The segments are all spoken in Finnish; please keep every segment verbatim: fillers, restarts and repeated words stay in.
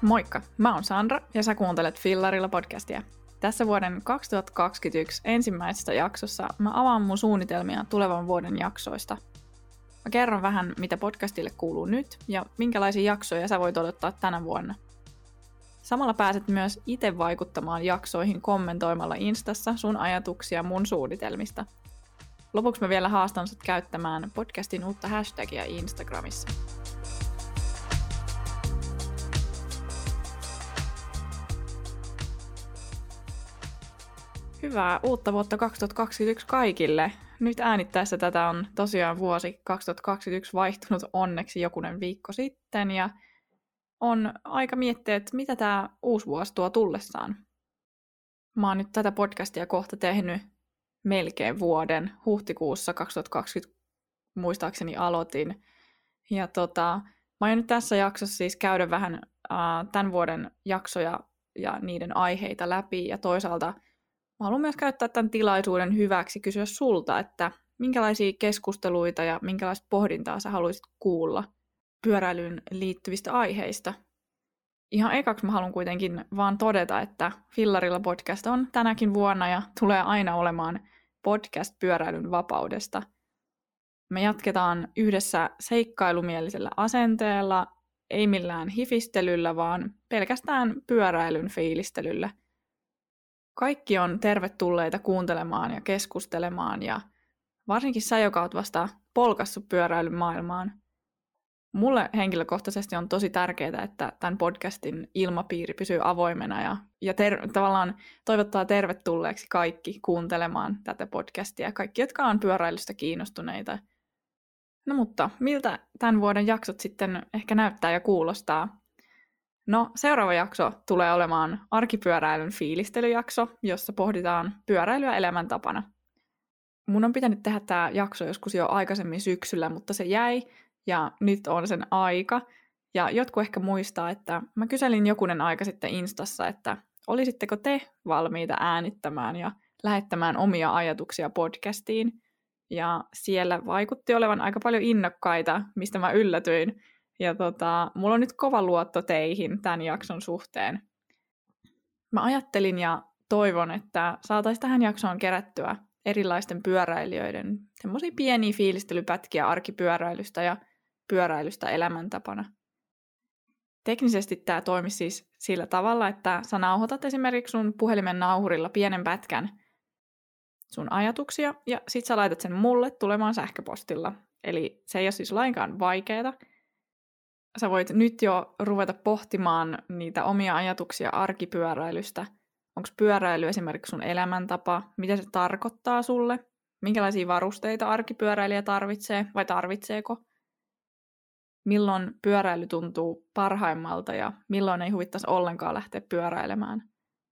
Moikka, mä oon Sandra ja sä kuuntelet Fillarilla podcastia. Tässä vuoden kaksituhattakaksikymmentäyksi ensimmäisessä jaksossa mä avaan mun suunnitelmia tulevan vuoden jaksoista. Mä kerron vähän, mitä podcastille kuuluu nyt ja minkälaisia jaksoja sä voit odottaa tänä vuonna. Samalla pääset myös itse vaikuttamaan jaksoihin kommentoimalla Instassa sun ajatuksia mun suunnitelmista. Lopuksi mä vielä haastan sut käyttämään podcastin uutta hashtagia Instagramissa. Hyvää uutta vuotta kaksituhattakaksikymmentäyksi kaikille. Nyt äänittäessä tätä on tosiaan vuosi kaksituhattakaksikymmentäyksi vaihtunut onneksi jokunen viikko sitten ja on aika miettiä, että mitä tämä uusi vuosi tuo tullessaan. Mä oon nyt tätä podcastia kohta tehnyt melkein vuoden. Huhtikuussa kaksituhattakaksikymmentä muistaakseni aloitin. Ja tota, mä aion nyt tässä jaksossa siis käydä vähän äh, tämän vuoden jaksoja ja niiden aiheita läpi ja toisaalta mä haluan myös käyttää tämän tilaisuuden hyväksi kysyä sulta, että minkälaisia keskusteluita ja minkälaista pohdintaa sä haluaisit kuulla pyöräilyyn liittyvistä aiheista. Ihan ekaksi mä haluan kuitenkin vaan todeta, että Fillarilla podcast on tänäkin vuonna ja tulee aina olemaan podcast pyöräilyn vapaudesta. Me jatketaan yhdessä seikkailumielisellä asenteella, ei millään hifistelyllä, vaan pelkästään pyöräilyn fiilistelyllä. Kaikki on tervetulleita kuuntelemaan ja keskustelemaan ja varsinkin sä, joka oot vasta polkassut pyöräilyn maailmaan. Mulle henkilökohtaisesti on tosi tärkeää, että tämän podcastin ilmapiiri pysyy avoimena ja, ja ter- tavallaan toivottaa tervetulleeksi kaikki kuuntelemaan tätä podcastia, kaikki, jotka on pyöräilystä kiinnostuneita. No mutta miltä tämän vuoden jaksot sitten ehkä näyttää ja kuulostaa? No, seuraava jakso tulee olemaan arkipyöräilyn fiilistelyjakso, jossa pohditaan pyöräilyä elämäntapana. Mun on pitänyt tehdä tämä jakso joskus jo aikaisemmin syksyllä, mutta se jäi ja nyt on sen aika. Ja jotkut ehkä muistaa, että mä kyselin jokunen aika sitten Instassa, että olisitteko te valmiita äänittämään ja lähettämään omia ajatuksia podcastiin. Ja siellä vaikutti olevan aika paljon innokkaita, mistä mä yllätyin. Ja tota, mulla on nyt kova luotto teihin tämän jakson suhteen. Mä ajattelin ja toivon, että saataisiin tähän jaksoon kerättyä erilaisten pyöräilijöiden semmoisia pieniä fiilistelypätkiä arkipyöräilystä ja pyöräilystä elämäntapana. Teknisesti tämä toimisi siis sillä tavalla, että sä nauhoitat esimerkiksi sun puhelimen nauhurilla pienen pätkän sun ajatuksia ja sit sä laitat sen mulle tulemaan sähköpostilla. Eli se ei ole siis lainkaan vaikeeta. Sä voit nyt jo ruveta pohtimaan niitä omia ajatuksia arkipyöräilystä. Onko pyöräily esimerkiksi sun elämäntapa? Mitä se tarkoittaa sulle? Minkälaisia varusteita arkipyöräilijä tarvitsee vai tarvitseeko? Milloin pyöräily tuntuu parhaimmalta ja milloin ei huvittaisi ollenkaan lähteä pyöräilemään?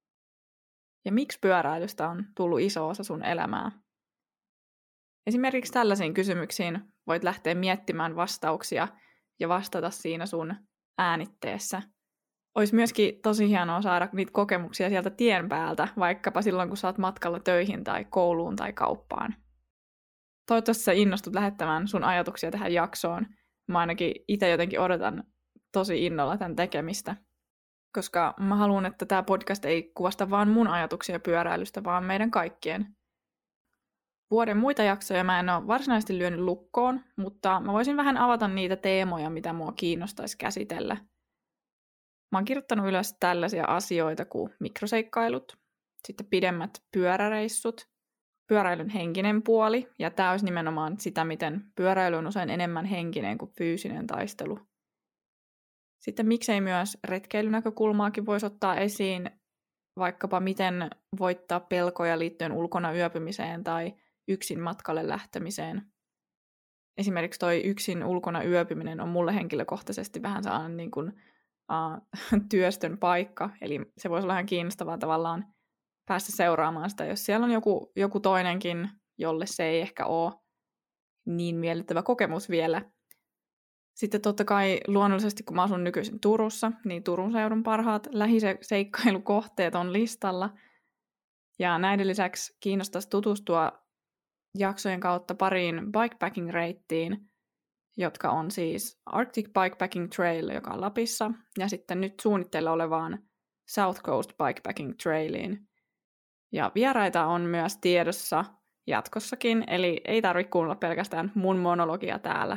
Ja miksi pyöräilystä on tullut iso osa sun elämää? Esimerkiksi tällaisiin kysymyksiin voit lähteä miettimään vastauksia ja vastata siinä sun äänitteessä. Olisi myöskin tosi hienoa saada niitä kokemuksia sieltä tien päältä, vaikkapa silloin, kun sä oot matkalla töihin tai kouluun tai kauppaan. Toivottavasti sä innostut lähettämään sun ajatuksia tähän jaksoon. Mä ainakin itse jotenkin odotan tosi innolla tämän tekemistä, koska mä haluan, että tämä podcast ei kuvasta vaan mun ajatuksia pyöräilystä, vaan meidän kaikkien. Vuoden muita jaksoja mä en ole varsinaisesti lyönyt lukkoon, mutta mä voisin vähän avata niitä teemoja, mitä mua kiinnostaisi käsitellä. Mä oon kirjoittanut ylös tällaisia asioita kuin mikroseikkailut, sitten pidemmät pyöräreissut, pyöräilyn henkinen puoli, ja tää olisi nimenomaan sitä, miten pyöräily on usein enemmän henkinen kuin fyysinen taistelu. Sitten miksei myös retkeilynäkökulmaakin voisi ottaa esiin, vaikkapa miten voittaa pelkoja liittyen ulkona yöpymiseen tai yksin matkalle lähtemiseen. Esimerkiksi toi yksin ulkona yöpyminen on mulle henkilökohtaisesti vähän sellainen niin kuin, uh, työstön paikka, eli se voisi olla ihan kiinnostavaa tavallaan päästä seuraamaan sitä, jos siellä on joku, joku toinenkin, jolle se ei ehkä ole niin miellyttävä kokemus vielä. Sitten totta kai luonnollisesti, kun mä asun nykyisin Turussa, niin Turun seudun parhaat lähiseikkailukohteet on listalla. Ja näiden lisäksi kiinnostaisi tutustua jaksojen kautta pariin bikepacking-reittiin, jotka on siis Arctic Bikepacking Trail, joka on Lapissa, ja sitten nyt suunnitteilla olevaan South Coast Bikepacking Trailiin. Ja vieraita on myös tiedossa jatkossakin, eli ei tarvitse kuunnella pelkästään mun monologia täällä.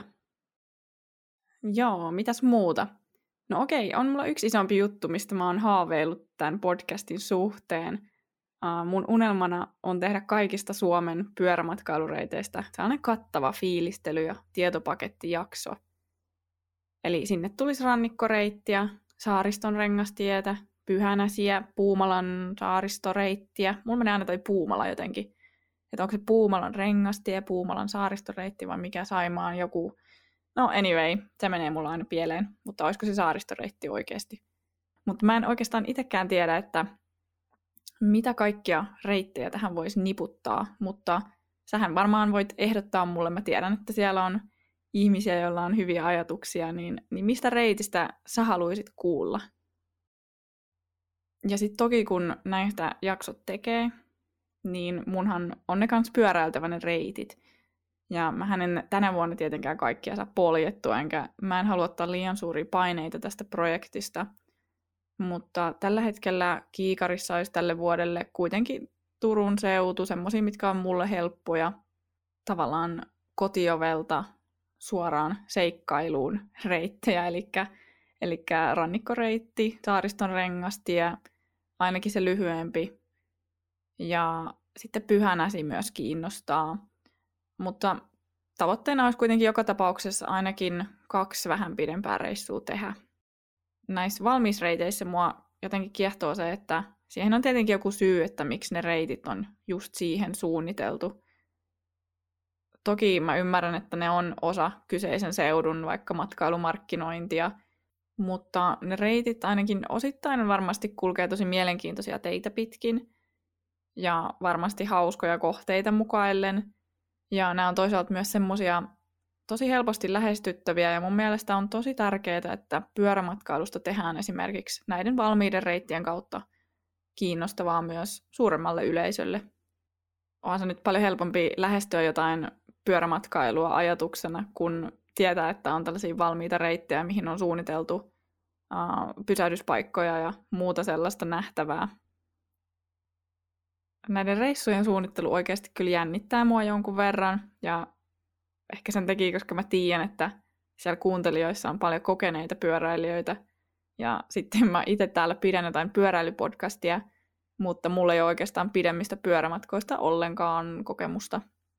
Joo, mitäs muuta? No okei, on mulla yksi isompi juttu, mistä mä oon haaveillut tämän podcastin suhteen. Uh, mun unelmana on tehdä kaikista Suomen pyörämatkailureiteistä sellainen kattava fiilistely- ja tietopakettijakso. Eli sinne tulisi rannikkoreittiä, Saariston rengastietä, Pyhänäsiä, Puumalan saaristoreittiä. Mulla menee aina toi Puumala jotenkin. Että onko se Puumalan rengastie, Puumalan saaristoreitti vai mikä Saimaan joku. No anyway, se menee mulla aina pieleen, mutta olisiko se saaristoreitti oikeasti. Mutta mä en oikeastaan itsekään tiedä, että mitä kaikkia reittejä tähän voisi niputtaa, mutta sähän varmaan voit ehdottaa mulle, mä tiedän, että siellä on ihmisiä, joilla on hyviä ajatuksia, niin, niin mistä reitistä sä haluaisit kuulla? Ja sitten toki kun näistä jaksot tekee, niin munhan on ne kans pyöräiltävä ne reitit. Ja mähän en tänä vuonna tietenkään kaikkia saa poljettua, enkä mä en halua ottaa liian suuria paineita tästä projektista. Mutta tällä hetkellä kiikarissa olisi tälle vuodelle kuitenkin Turun seutu, semmoisia, mitkä on mulle helppoja tavallaan kotiovelta suoraan seikkailuun reittejä, eli, eli rannikkoreitti, Saariston rengastie, ainakin se lyhyempi, ja sitten Pyhänäsi myös kiinnostaa, mutta tavoitteena olisi kuitenkin joka tapauksessa ainakin kaksi vähän pidempää reissua tehdä. Näissä valmisreiteissä mua jotenkin kiehtoo se, että siihen on tietenkin joku syy, että miksi ne reitit on just siihen suunniteltu. Toki mä ymmärrän, että ne on osa kyseisen seudun vaikka matkailumarkkinointia, mutta ne reitit ainakin osittain varmasti kulkee tosi mielenkiintoisia teitä pitkin ja varmasti hauskoja kohteita mukaillen. Ja nämä on toisaalta myös semmosia tosi helposti lähestyttäviä ja mun mielestä on tosi tärkeää, että pyörämatkailusta tehdään esimerkiksi näiden valmiiden reittien kautta kiinnostavaa myös suuremmalle yleisölle. Onhan se nyt paljon helpompi lähestyä jotain pyörämatkailua ajatuksena, kun tietää, että on tällaisia valmiita reittejä, mihin on suunniteltu uh, pysähdyspaikkoja ja muuta sellaista nähtävää. Näiden reissujen suunnittelu oikeasti kyllä jännittää mua jonkun verran, ja ehkä sen takia, koska mä tiedän, että siellä kuuntelijoissa on paljon kokeneita pyöräilijöitä, ja sitten mä itse täällä pidän jotain pyöräilypodcastia, mutta mulla ei ole oikeastaan pidemmistä pyörämatkoista ollenkaan kokemusta.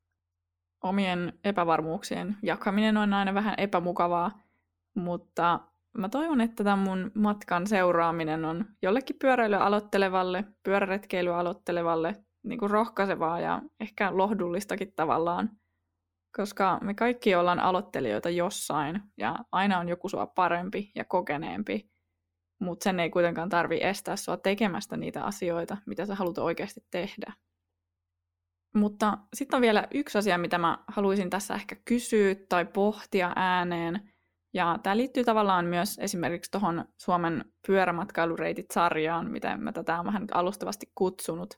Omien epävarmuuksien jakaminen on aina vähän epämukavaa, mutta mä toivon, että tämän mun matkan seuraaminen on jollekin pyöräilyä aloittelevalle, pyöräretkeilyä aloittelevalle niin kuin rohkaisevaa ja ehkä lohdullistakin tavallaan, koska me kaikki ollaan aloittelijoita jossain ja aina on joku sua parempi ja kokeneempi, mutta sen ei kuitenkaan tarvitse estää sua tekemästä niitä asioita, mitä sä haluat oikeasti tehdä. Mutta sitten on vielä yksi asia, mitä mä haluaisin tässä ehkä kysyä tai pohtia ääneen. Ja tämä liittyy tavallaan myös esimerkiksi tuohon Suomen pyörämatkailureitit-sarjaan, mitä mä tätä olen vähän nyt alustavasti kutsunut.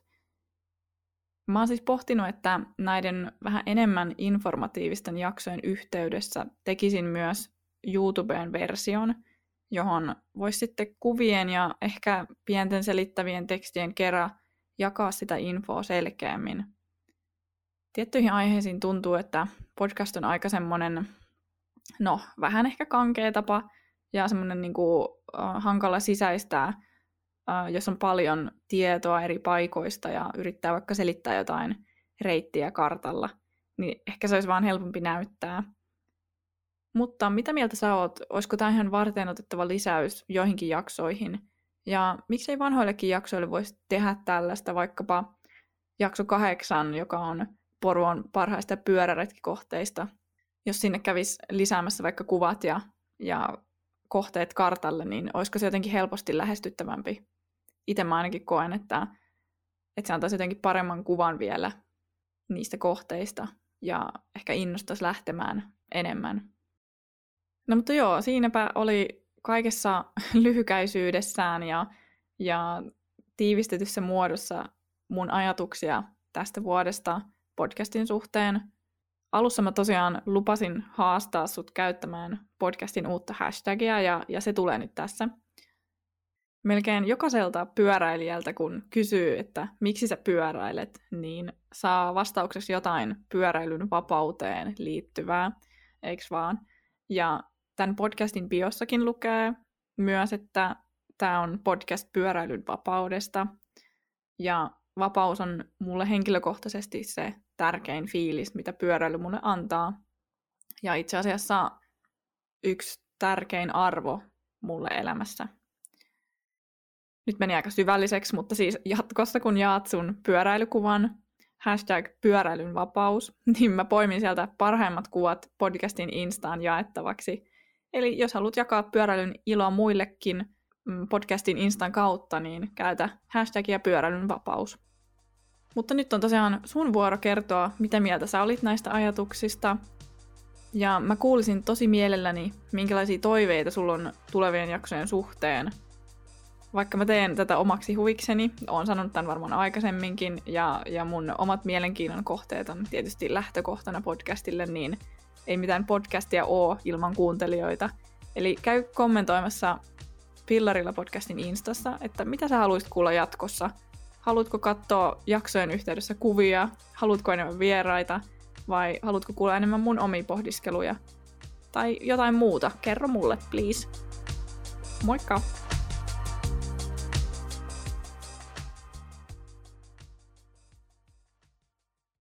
Mä oon siis pohtinut, että näiden vähän enemmän informatiivisten jaksojen yhteydessä tekisin myös YouTubeen version, johon voisi sitten kuvien ja ehkä pienten selittävien tekstien kerran jakaa sitä infoa selkeämmin. Tiettyihin aiheisiin tuntuu, että podcast on aika semmoinen, no vähän ehkä kankea tapa ja semmoinen niin kuin, uh, hankala sisäistää, uh, jos on paljon tietoa eri paikoista ja yrittää vaikka selittää jotain reittiä kartalla, niin ehkä se olisi vaan helpompi näyttää. Mutta mitä mieltä sä oot? Olisiko tämä ihan varten otettava lisäys joihinkin jaksoihin? Ja miksei vanhoillekin jaksoille voisi tehdä tällaista, vaikkapa jakso kahdeksan, joka on Porvoon parhaista pyöräretkikohteista. Jos sinne kävisi lisäämässä vaikka kuvat ja, ja kohteet kartalle, niin olisiko se jotenkin helposti lähestyttävämpi? Itse mä ainakin koen, että, että se antaisi jotenkin paremman kuvan vielä niistä kohteista ja ehkä innostaisi lähtemään enemmän. No mutta joo, siinäpä oli kaikessa lyhykäisyydessään ja, ja tiivistetyssä muodossa mun ajatuksia tästä vuodesta podcastin suhteen. Alussa mä tosiaan lupasin haastaa sut käyttämään podcastin uutta hashtagia, ja, ja se tulee nyt tässä. Melkein jokaiselta pyöräilijältä, kun kysyy, että miksi sä pyöräilet, niin saa vastaukseksi jotain pyöräilyn vapauteen liittyvää, eiks vaan? Ja tämän podcastin biossakin lukee myös, että tämä on podcast pyöräilyn vapaudesta. Ja vapaus on mulle henkilökohtaisesti se tärkein fiilis, mitä pyöräily mulle antaa. Ja itse asiassa yksi tärkein arvo mulle elämässä. Nyt meni aika syvälliseksi, mutta siis jatkossa kun jaat sun pyöräilykuvan, hashtag pyöräilyn vapaus, niin mä poimin sieltä parhaimmat kuvat podcastin Instaan jaettavaksi. Eli jos haluat jakaa pyöräilyn iloa muillekin podcastin Instan kautta, niin käytä hashtagia pyöräilyn vapaus. Mutta nyt on tosiaan sun vuoro kertoa, mitä mieltä sä olit näistä ajatuksista. Ja mä kuulisin tosi mielelläni, minkälaisia toiveita sulla on tulevien jaksojen suhteen. Vaikka mä teen tätä omaksi huvikseni, oon sanonut tämän varmaan aikaisemminkin, ja, ja mun omat mielenkiinnon kohteet on tietysti lähtökohtana podcastille, niin ei mitään podcastia oo ilman kuuntelijoita. Eli käy kommentoimassa Pillarilla podcastin Instassa, että mitä sä haluaisit kuulla jatkossa. Haluatko katsoa jaksojen yhteydessä kuvia, haluatko enemmän vieraita, vai haluatko kuulla enemmän mun omia pohdiskeluja? Tai jotain muuta, kerro mulle, please. Moikka!